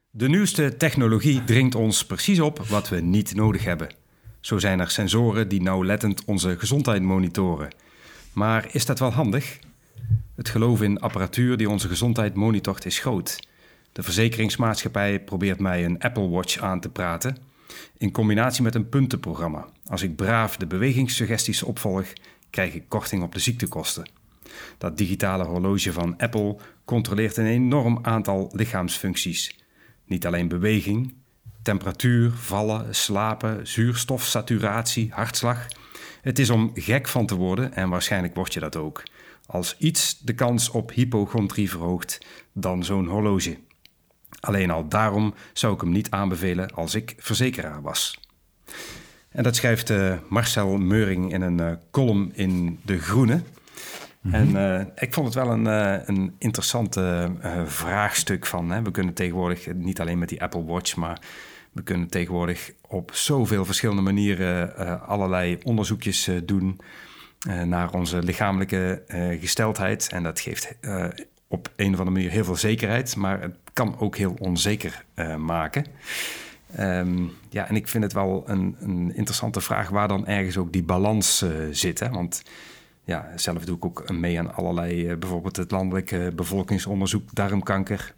De nieuwste technologie dringt ons precies op wat we niet nodig hebben. Zo zijn er sensoren die nauwlettend onze gezondheid monitoren. Maar is dat wel handig? Het geloof in apparatuur die onze gezondheid monitort is groot. De verzekeringsmaatschappij probeert mij een Apple Watch aan te praten, in combinatie met een puntenprogramma. Als ik braaf de bewegingssuggesties opvolg, krijg ik korting op de ziektekosten. Dat digitale horloge van Apple controleert een enorm aantal lichaamsfuncties. Niet alleen beweging, temperatuur, vallen, slapen, zuurstofsaturatie, hartslag. Het is om gek van te worden en waarschijnlijk word je dat ook. Als iets de kans op hypochondrie verhoogt, dan zo'n horloge. Alleen al daarom zou ik hem niet aanbevelen als ik verzekeraar was. En dat schrijft Marcel Meuring in een column in De Groene. Mm-hmm. En ik vond het wel een interessant vraagstuk van. Hè. We kunnen tegenwoordig, niet alleen met die Apple Watch, maar we kunnen tegenwoordig op zoveel verschillende manieren allerlei onderzoekjes doen naar onze lichamelijke gesteldheid. En dat geeft op een of andere manier heel veel zekerheid, maar het kan ook heel onzeker maken. En ik vind het wel een interessante vraag waar dan ergens ook die balans zit. Hè? Want ja, zelf doe ik ook mee aan allerlei, bijvoorbeeld het landelijke bevolkingsonderzoek darmkanker.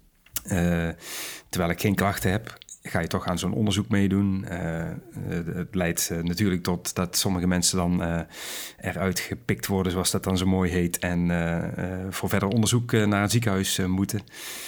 Terwijl ik geen klachten heb, ga je toch aan zo'n onderzoek meedoen. Het leidt natuurlijk tot dat sommige mensen dan eruit gepikt worden, zoals dat dan zo mooi heet, en voor verder onderzoek naar een ziekenhuis moeten.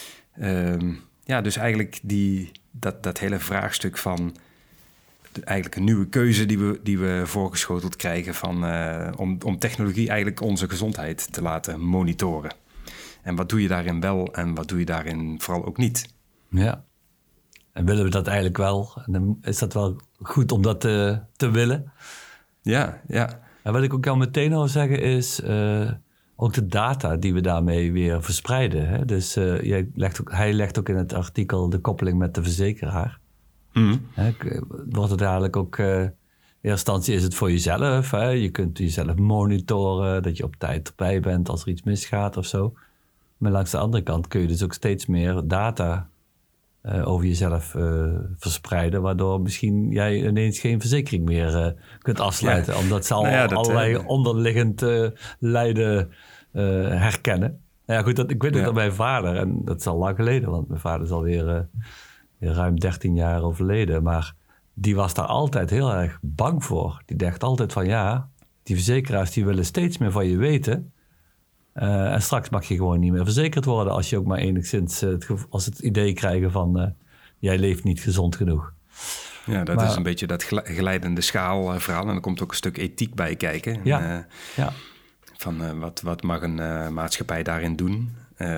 Dus eigenlijk dat hele vraagstuk van eigenlijk een nieuwe keuze die we voorgeschoteld krijgen van, om technologie eigenlijk onze gezondheid te laten monitoren. En wat doe je daarin wel en wat doe je daarin vooral ook niet? Ja, en willen we dat eigenlijk wel? En dan is dat wel goed om dat te willen? Ja. En wat ik ook al meteen wil zeggen is ook de data die we daarmee weer verspreiden. Hè? Dus hij legt ook in het artikel de koppeling met de verzekeraar. Mm. Wordt het eigenlijk ook in eerste instantie is het voor jezelf. Hè? Je kunt jezelf monitoren, dat je op tijd erbij bent als er iets misgaat of zo. Maar langs de andere kant kun je dus ook steeds meer data over jezelf verspreiden, waardoor misschien jij ineens geen verzekering meer kunt afsluiten. Ja. Omdat ze allerlei onderliggend lijden herkennen. Nou ja, goed, ik weet het aan mijn vader, en dat is al lang geleden, want mijn vader is alweer ruim 13 jaar overleden. Maar die was daar altijd heel erg bang voor. Die dacht altijd van die verzekeraars die willen steeds meer van je weten. En straks mag je gewoon niet meer verzekerd worden als je ook maar enigszins het idee krijgen van jij leeft niet gezond genoeg. Ja, dat is een beetje dat glijdende schaal verhaal. En er komt ook een stuk ethiek bij kijken. Ja. Van wat mag een maatschappij daarin doen?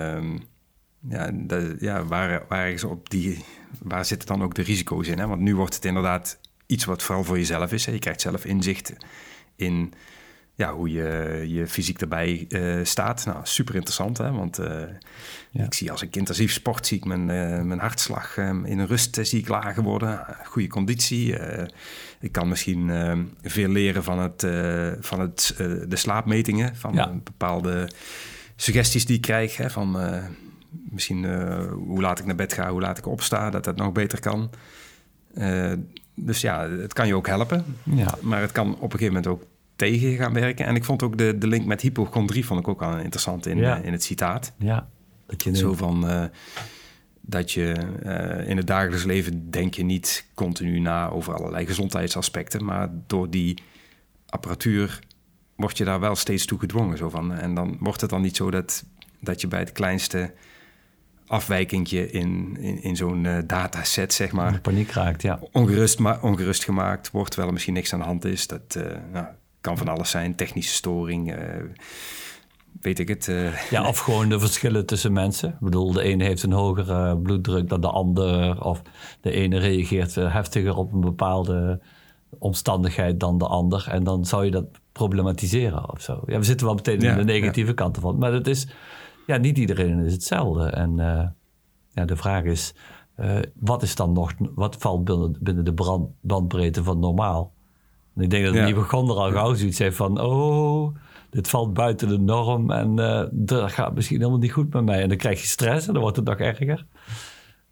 Waar zitten dan ook de risico's in? Hè? Want nu wordt het inderdaad iets wat vooral voor jezelf is. Hè? Je krijgt zelf inzicht in hoe je fysiek erbij staat. Nou, super interessant, hè? Want ik zie als ik intensief sport, zie ik mijn hartslag in een rust zie ik lager worden. Goede conditie. Ik kan misschien veel leren van de slaapmetingen, van bepaalde suggesties die ik krijg. Hè? Van misschien hoe laat ik naar bed ga, hoe laat ik opsta, dat nog beter kan. Dus het kan je ook helpen. Ja. Maar het kan op een gegeven moment ook tegen gaan werken. En ik vond ook de link met hypochondrie vond ik ook al interessant in het citaat. Ja, zo van dat je in het dagelijks leven denk je niet continu na over allerlei gezondheidsaspecten, maar door die apparatuur word je daar wel steeds toe gedwongen. Zo van. En dan wordt het dan niet zo dat je bij het kleinste afwijkingje in zo'n dataset, zeg maar, in paniek raakt, ja. Ongerust gemaakt wordt, terwijl er misschien niks aan de hand is. Dat kan van alles zijn, technische storing, weet ik het. Of gewoon de verschillen tussen mensen. Ik bedoel, de ene heeft een hogere bloeddruk dan de ander, of de ene reageert heftiger op een bepaalde omstandigheid dan de ander. En dan zou je dat problematiseren of zo. Ja, we zitten wel meteen in de negatieve kant ervan. Maar dat is, niet iedereen is hetzelfde. En de vraag is, wat valt binnen de bandbreedte van normaal? En ik denk dat de hypochonder al gauw zoiets heeft van, dit valt buiten de norm en dat gaat misschien helemaal niet goed met mij. En dan krijg je stress en dan wordt het nog erger.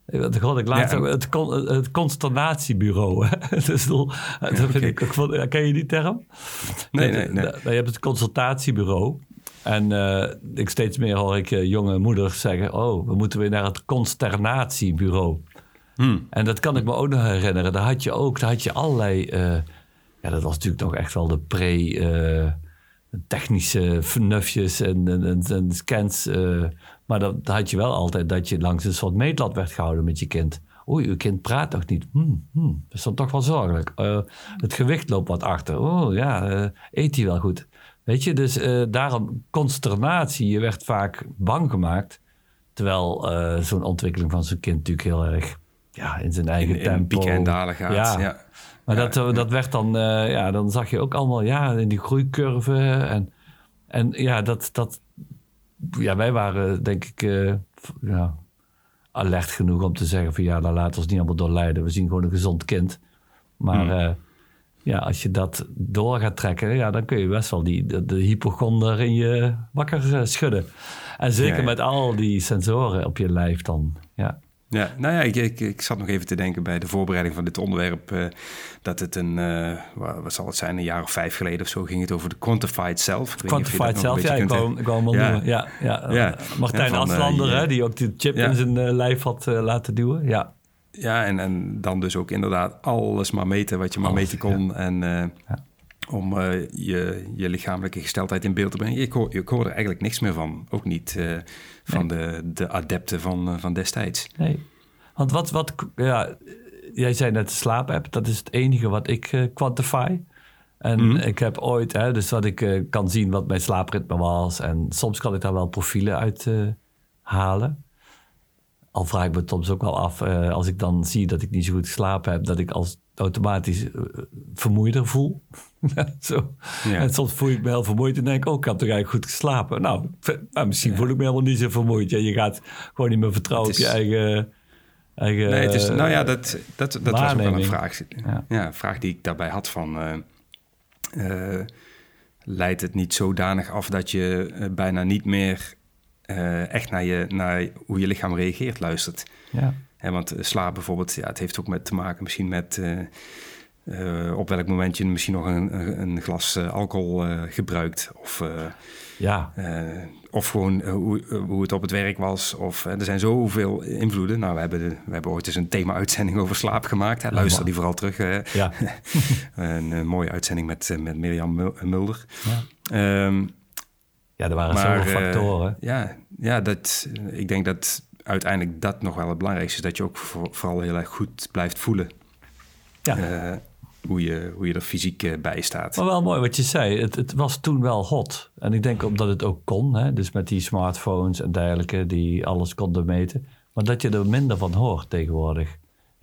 Dat hoorde ik laatst ook, het consternatiebureau. Dus ken je die term? Nee. Je hebt het consultatiebureau. En steeds meer hoor ik jonge moeders zeggen... we moeten weer naar het consternatiebureau. En dat kan ik me ook nog herinneren. Daar had je allerlei... dat was natuurlijk nog echt wel de technische fnufjes en scans. Maar dan had je wel altijd dat je langs een soort meetlat werd gehouden met je kind. Oei, uw kind praat nog niet. Dat is dan toch wel zorgelijk. Het gewicht loopt wat achter. Eet hij wel goed? Weet je, dus daarom consternatie. Je werd vaak bang gemaakt. Terwijl zo'n ontwikkeling van zo'n kind natuurlijk heel erg in zijn eigen tempo. In pieken en dalen gaat, ja. Maar dat werd dan... dan zag je ook allemaal in die groeicurve. Wij waren denk ik alert genoeg om te zeggen van... dan laten we ons niet allemaal doorleiden. We zien gewoon een gezond kind. Maar als je dat door gaat trekken... dan kun je best wel de hypochonder in je wakker schudden. En zeker met al die sensoren op je lijf dan... Ja, ik zat nog even te denken bij de voorbereiding van dit onderwerp... dat het wat zal het zijn, een jaar of 5 geleden of zo... ging het over de Quantified Self. Quantified Self, ik wou hem al noemen. Ja. Martijn Aslander, die ook die chip in zijn lijf had laten duwen. Ja, en dan dus ook inderdaad alles maar meten wat je maar meten kon... Ja. En om je lichamelijke gesteldheid in beeld te brengen. Ik hoor er eigenlijk niks meer van. Ook niet van de adepten van destijds. Nee, want jij zei net de slaapapp. Dat is het enige wat ik quantify. En ik heb ooit, dus wat ik kan zien wat mijn slaapritme was. En soms kan ik daar wel profielen uit halen. Al vraag ik me soms ook wel af, als ik dan zie dat ik niet zo goed geslapen heb... dat ik automatisch vermoeider voel. Zo. Ja. En soms voel ik me heel vermoeid en denk ik... ik heb toch eigenlijk goed geslapen. Nou, misschien voel ik me helemaal niet zo vermoeid. Je gaat gewoon niet meer vertrouwen op je eigen nee, het is, dat was ook wel een vraag. Een vraag die ik daarbij had van... leidt het niet zodanig af dat je bijna niet meer... echt naar hoe je lichaam reageert luistert. Ja. Want slaap bijvoorbeeld, het heeft ook te maken misschien met... op welk moment je misschien nog een glas alcohol gebruikt. Of gewoon hoe het op het werk was. Er zijn zoveel invloeden. Nou, we hebben ooit eens een thema-uitzending over slaap gemaakt. Luister die vooral terug. Een mooie uitzending met Mirjam Mulder. Er waren zoveel factoren. Ik denk dat uiteindelijk dat nog wel het belangrijkste is. Dat je ook vooral heel erg goed blijft voelen. Ja. Hoe je er fysiek bij staat. Maar wel mooi wat je zei. Het was toen wel hot. En ik denk omdat het ook kon. Dus met die smartphones en dergelijke die alles konden meten. Maar dat je er minder van hoort tegenwoordig.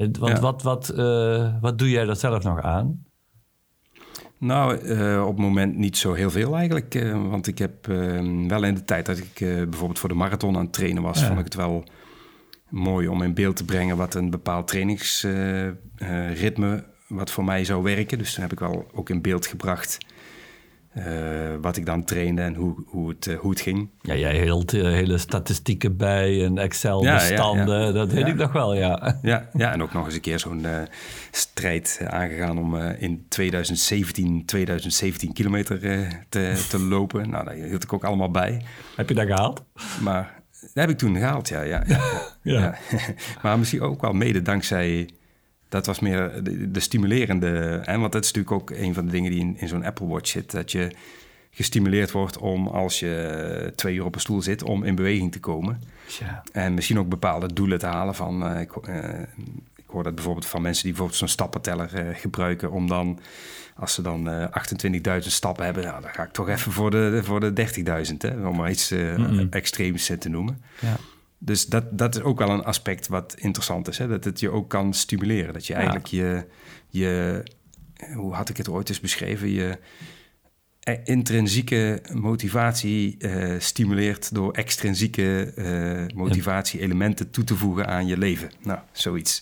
Wat doe jij daar zelf nog aan? Nou, op het moment niet zo heel veel eigenlijk. Want ik heb wel in de tijd dat ik bijvoorbeeld voor de marathon aan het trainen was... vond ik het wel mooi om in beeld te brengen wat een bepaald trainingsritme... wat voor mij zou werken. Dus toen heb ik wel ook in beeld gebracht wat ik dan trainde en hoe het ging. Ja, jij hield hele statistieken bij en Excel-bestanden. Ja. Dat weet ik nog wel, ja. Ja, en ook nog eens een keer zo'n strijd aangegaan om in 2017 kilometer te lopen. Nou, daar hield ik ook allemaal bij. Heb je dat gehaald? Maar dat heb ik toen gehaald, ja. Maar misschien ook wel mede dankzij... Dat was meer de stimulerende... want dat is natuurlijk ook een van de dingen die in zo'n Apple Watch zit. Dat je gestimuleerd wordt om als je 2 uur op een stoel zit... om in beweging te komen. Ja. En misschien ook bepaalde doelen te halen van... Ik hoor dat bijvoorbeeld van mensen die bijvoorbeeld zo'n stappenteller gebruiken... om dan, als ze dan 28.000 stappen hebben... Nou, dan ga ik toch even voor de 30.000, om maar iets extreems te noemen. Ja. Dus dat is ook wel een aspect wat interessant is. Hè? Dat het je ook kan stimuleren. Dat je eigenlijk je... Hoe had ik het ooit eens beschreven? Je intrinsieke motivatie stimuleert... door extrinsieke motivatie-elementen toe te voegen aan je leven. Nou, zoiets.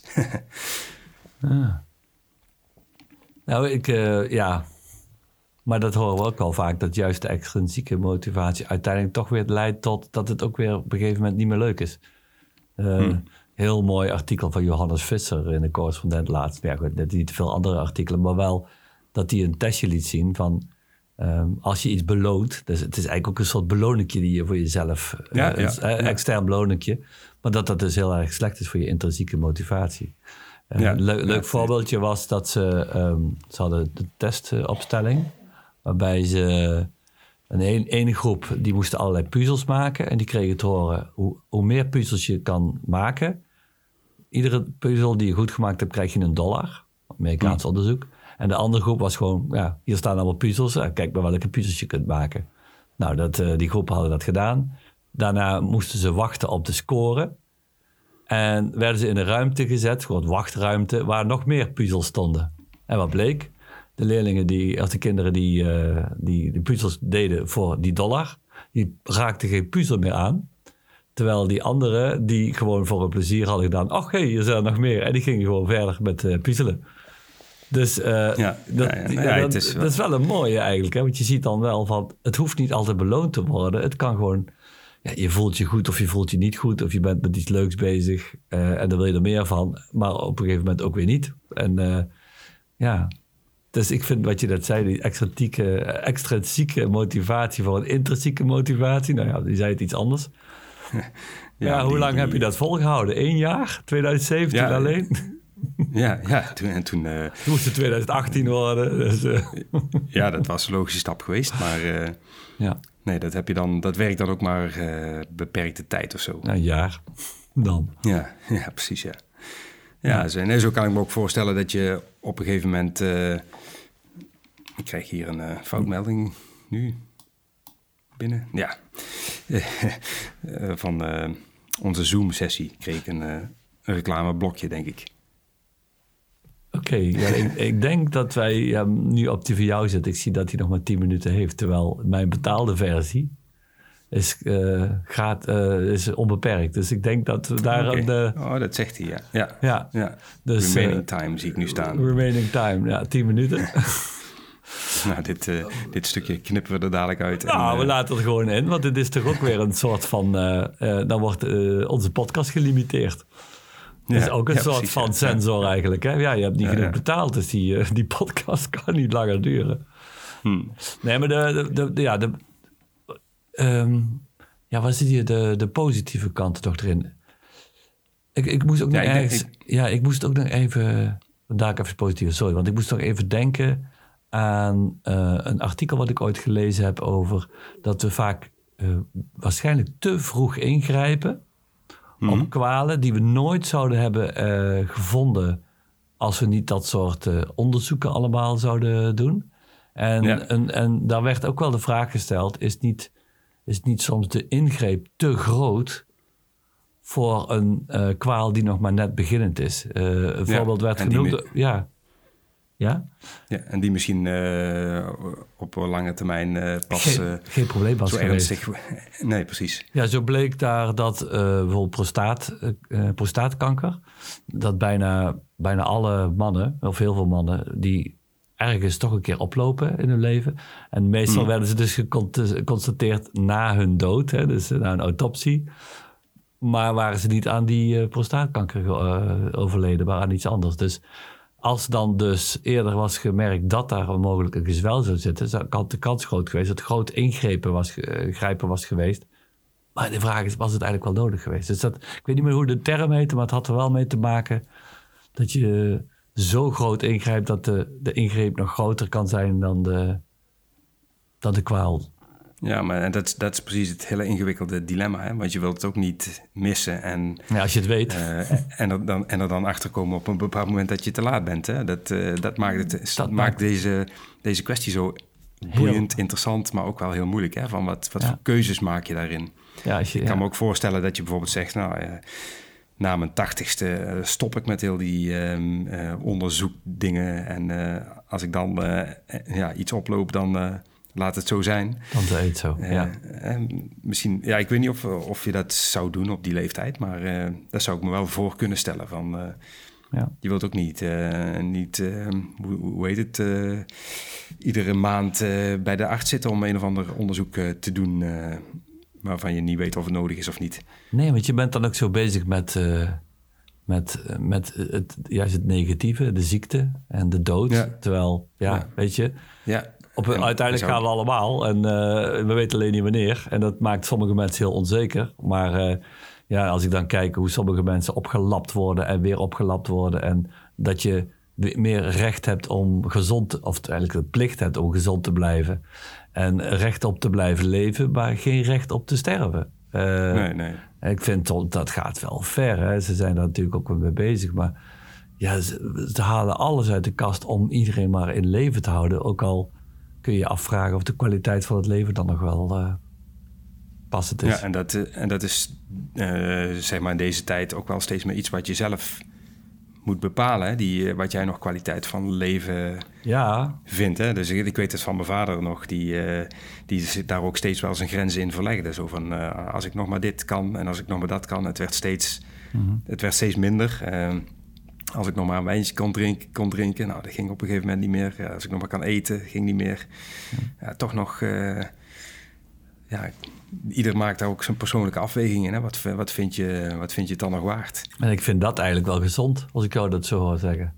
Nou, maar dat horen we ook al vaak, dat juist de extrinsieke motivatie uiteindelijk toch weer leidt tot dat het ook weer op een gegeven moment niet meer leuk is. heel mooi artikel van Johannes Visser in de Correspondent laatst. Ja, goed, net niet veel andere artikelen, maar wel dat hij een testje liet zien van als je iets beloont. Dus het is eigenlijk ook een soort beloningje die je voor jezelf, extern beloningje, maar dat dus heel erg slecht is voor je intrinsieke motivatie. Leuk voorbeeldje was dat ze hadden de testopstelling, waarbij ze een groep die moesten allerlei puzzels maken en die kregen te horen hoe meer puzzels je kan maken. Iedere puzzel die je goed gemaakt hebt, krijg je $1. Amerikaans onderzoek. En de andere groep was gewoon, hier staan allemaal puzzels. Kijk maar welke puzzels je kunt maken. Nou, die groepen hadden dat gedaan. Daarna moesten ze wachten op de score. En werden ze in een ruimte gezet, gewoon wachtruimte, waar nog meer puzzels stonden. En wat bleek? De leerlingen, de kinderen die puzzels deden voor die $, die raakten geen puzzel meer aan. Terwijl die anderen, die gewoon voor hun plezier hadden gedaan, ach hé, hier zijn er nog meer. En die gingen gewoon verder met puzzelen. Dus dat is wel een mooie eigenlijk. Hè? Want je ziet dan wel van, het hoeft niet altijd beloond te worden. Het kan gewoon, je voelt je goed of je voelt je niet goed. Of je bent met iets leuks bezig en daar wil je er meer van. Maar op een gegeven moment ook weer niet. En dus ik vind wat je net zei, die extrinsieke motivatie voor een intrinsieke motivatie. Nou ja, die zei het iets anders. Hoe lang heb je dat volgehouden? 1 jaar? 2017 alleen? Toen moest het 2018 worden. Dus, Ja, dat was een logische stap geweest. Maar nee, dat werkt dan ook maar beperkte tijd of zo. Een jaar dan. Ja, precies, zo kan ik me ook voorstellen dat je op een gegeven moment... ik krijg hier een foutmelding nu binnen. Ja, van onze Zoom-sessie kreeg ik een reclameblokje, denk ik. Oké, ik denk dat wij nu op die van jou zitten. Ik zie dat hij nog maar 10 minuten heeft. Terwijl mijn betaalde versie is onbeperkt. Dus ik denk dat we daar... dat zegt hij, ja. Dus, remaining time zie ik nu staan. Remaining time, 10 minuten. Nou, dit stukje knippen we er dadelijk uit. We laten het gewoon in. Want dit is toch ook weer een soort van... dan wordt onze podcast gelimiteerd. Dat is ook een soort van sensor eigenlijk. Hè? Ja, je hebt niet genoeg betaald, dus die podcast kan niet langer duren. Nee, maar waar zit hier de positieve kant toch erin? Ik moest ook ik moest ook nog even... Daar even positief, sorry. Want ik moest nog even denken aan een artikel wat ik ooit gelezen heb over dat we vaak waarschijnlijk te vroeg ingrijpen op kwalen die we nooit zouden hebben gevonden als we niet dat soort onderzoeken allemaal zouden doen. En daar werd ook wel de vraag gesteld, is niet soms de ingreep te groot voor een kwaal die nog maar net beginnend is? Een voorbeeld werd genoemd. Ja, en die misschien op lange termijn pas... geen probleem was geweest. Ernstig. Nee, precies. Ja, zo bleek daar dat bijvoorbeeld prostaatkanker... dat bijna alle mannen, of heel veel mannen... die ergens toch een keer oplopen in hun leven. En meestal werden ze dus geconstateerd na hun dood. Hè, dus na een autopsie. Maar waren ze niet aan die prostaatkanker overleden, maar aan iets anders. Dus... Als dan dus eerder was gemerkt dat daar mogelijk een gezwel zou zitten... had de kans groot geweest dat groot ingrijpen was geweest. Maar de vraag is, was het eigenlijk wel nodig geweest? Dus ik weet niet meer hoe de term heette, maar het had er wel mee te maken... dat je zo groot ingrijpt dat de ingreep nog groter kan zijn dan de kwaal. Ja, maar dat is precies het hele ingewikkelde dilemma. Hè? Want je wilt het ook niet missen. En, als je het weet. En er dan achter komen op een bepaald moment dat je te laat bent. Hè? Dat maakt deze kwestie zo boeiend, interessant, maar ook wel heel moeilijk. Hè? Van wat voor keuzes maak je daarin? Ik kan me ook voorstellen dat je bijvoorbeeld zegt... na mijn 80ste stop ik met heel die onderzoekdingen. En als ik dan iets oploop, dan... laat het zo zijn. Dan zij het zo, misschien, ik weet niet of je dat zou doen op die leeftijd, maar dat zou ik me wel voor kunnen stellen. Van, je wilt ook niet hoe heet het, iedere maand bij de arts zitten om een of ander onderzoek te doen waarvan je niet weet of het nodig is of niet. Nee, want je bent dan ook zo bezig met met juist het negatieve, de ziekte en de dood. Ja. Terwijl, weet je... Ja. Uiteindelijk gaan we allemaal en we weten alleen niet wanneer. En dat maakt sommige mensen heel onzeker. Maar als ik dan kijk hoe sommige mensen opgelapt worden en weer opgelapt worden... en dat je meer recht hebt om gezond... of eigenlijk de plicht hebt om gezond te blijven... en recht op te blijven leven, maar geen recht op te sterven. Nee. Ik vind dat gaat wel ver. Hè? Ze zijn daar natuurlijk ook wel mee bezig. Maar ja, ze halen alles uit de kast om iedereen maar in leven te houden. Ook al kun je je afvragen of de kwaliteit van het leven dan nog wel passend is. Ja, en dat is zeg maar in deze tijd ook wel steeds meer iets wat je zelf moet bepalen. Hè? Wat jij nog kwaliteit van leven vindt. Hè? Dus ik weet het van mijn vader nog. Die zit daar ook steeds wel zijn grenzen in verlegde. Zo van, als ik nog maar dit kan en als ik nog maar dat kan. Het werd steeds minder. Als ik nog maar een wijntje kon drinken. Nou, dat ging op een gegeven moment niet meer. Als ik nog maar kan eten, ging niet meer. Toch nog... ieder maakt daar ook zijn persoonlijke afwegingen. Hè? Wat vind je het dan nog waard? En ik vind dat eigenlijk wel gezond, als ik jou dat zo hoor zeggen.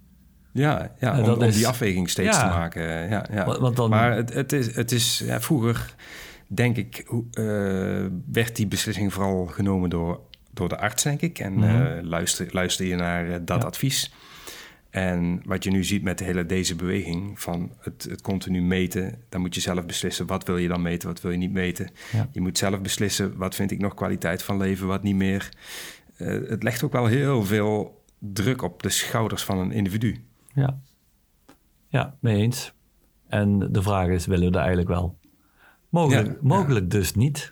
Om die afweging steeds te maken. Want dan... Maar het is vroeger, denk ik, werd die beslissing vooral genomen door de arts, denk ik. En luister je naar dat advies. En wat je nu ziet met deze beweging van het continu meten... dan moet je zelf beslissen, wat wil je dan meten, wat wil je niet meten. Ja. Je moet zelf beslissen, wat vind ik nog kwaliteit van leven, wat niet meer. Het legt ook wel heel veel druk op de schouders van een individu. Ja, mee eens. En de vraag is, willen we dat eigenlijk wel? Mogelijk dus niet.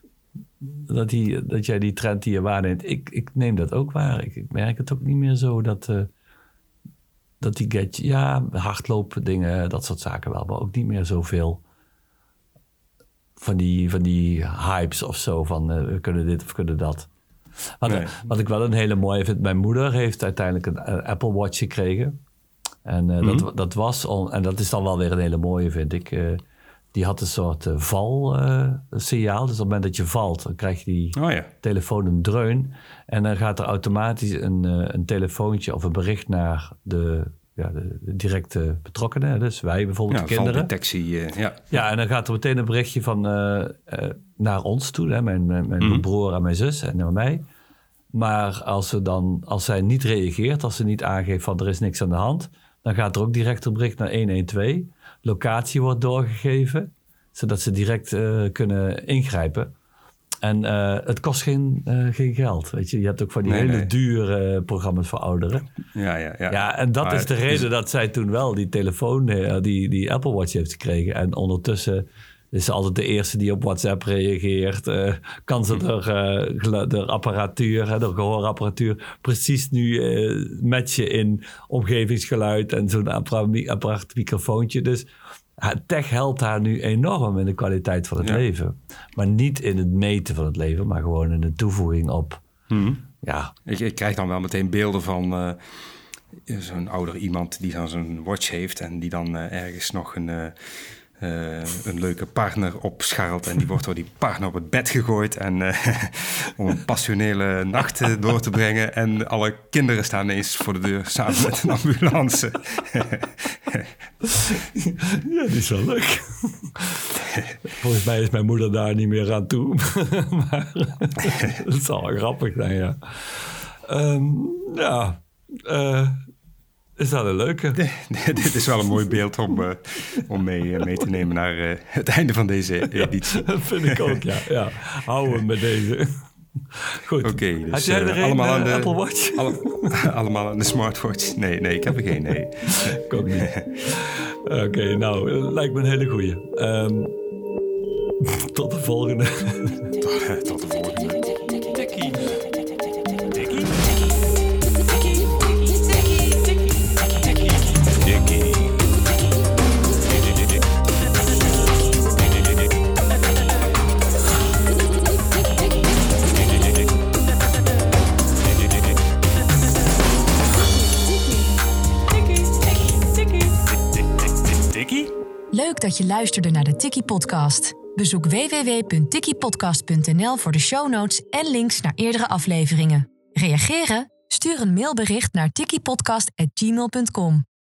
Dat jij die trend die je waarneemt, ik neem dat ook waar. Ik merk het ook niet meer zo dat die gadget, hardlopen dingen, dat soort zaken wel, maar ook niet meer zoveel van die hypes of zo van we kunnen dit of kunnen dat. Wat ik wel een hele mooie vind, mijn moeder heeft uiteindelijk een Apple Watch gekregen. En dat was, en dat is dan wel weer een hele mooie, vind ik. Die had een soort valsignaal. Dus op het moment dat je valt, dan krijg je die telefoon een dreun. En dan gaat er automatisch een telefoontje of een bericht naar de directe betrokkenen. Dus wij bijvoorbeeld de kinderen. Valdetectie, Ja, en dan gaat er meteen een berichtje van naar ons toe. Hè, mijn broer en mijn zus en naar mij. Maar als zij niet reageert, als ze niet aangeeft van er is niks aan de hand... dan gaat er ook direct een bericht naar 112... Locatie wordt doorgegeven, zodat ze direct kunnen ingrijpen. En het kost geen geld, weet je. Je hebt ook van die hele dure programma's voor ouderen. Ja, en dat is de reden dat zij toen wel die telefoon, die Apple Watch heeft gekregen. En ondertussen is ze altijd de eerste die op WhatsApp reageert. Kan ze de apparatuur, de gehoorapparatuur... precies nu matchen in omgevingsgeluid... en zo'n apart microfoontje. Dus tech helpt haar nu enorm in de kwaliteit van het leven. Maar niet in het meten van het leven... maar gewoon in de toevoeging op... Ik krijg dan wel meteen beelden van... zo'n ouder iemand die dan zo'n watch heeft... en die dan ergens nog een leuke partner opscharrelt... en die wordt door die partner op het bed gegooid... en om een passionele nacht door te brengen... en alle kinderen staan ineens voor de deur... samen met een ambulance. Ja, die is wel leuk. Volgens mij is mijn moeder daar niet meer aan toe. Maar dat zal wel grappig zijn, is dat een leuke? Dit is wel een mooi beeld om mee te nemen naar het einde van deze editie. Dat vind ik ook, ja. Hou hem met deze. Goed. Oké, dus had jij er allemaal aan de Apple Watch? Allemaal aan de smartwatch? Nee, ik heb er geen, nee. Ik ook niet. Oké, nou, lijkt me een hele goeie. Tot de volgende. Tot de volgende. Leuk dat je luisterde naar de Tikkie Podcast. Bezoek www.tikkiepodcast.nl voor de show notes en links naar eerdere afleveringen. Reageren? Stuur een mailbericht naar tikkiepodcast@gmail.com.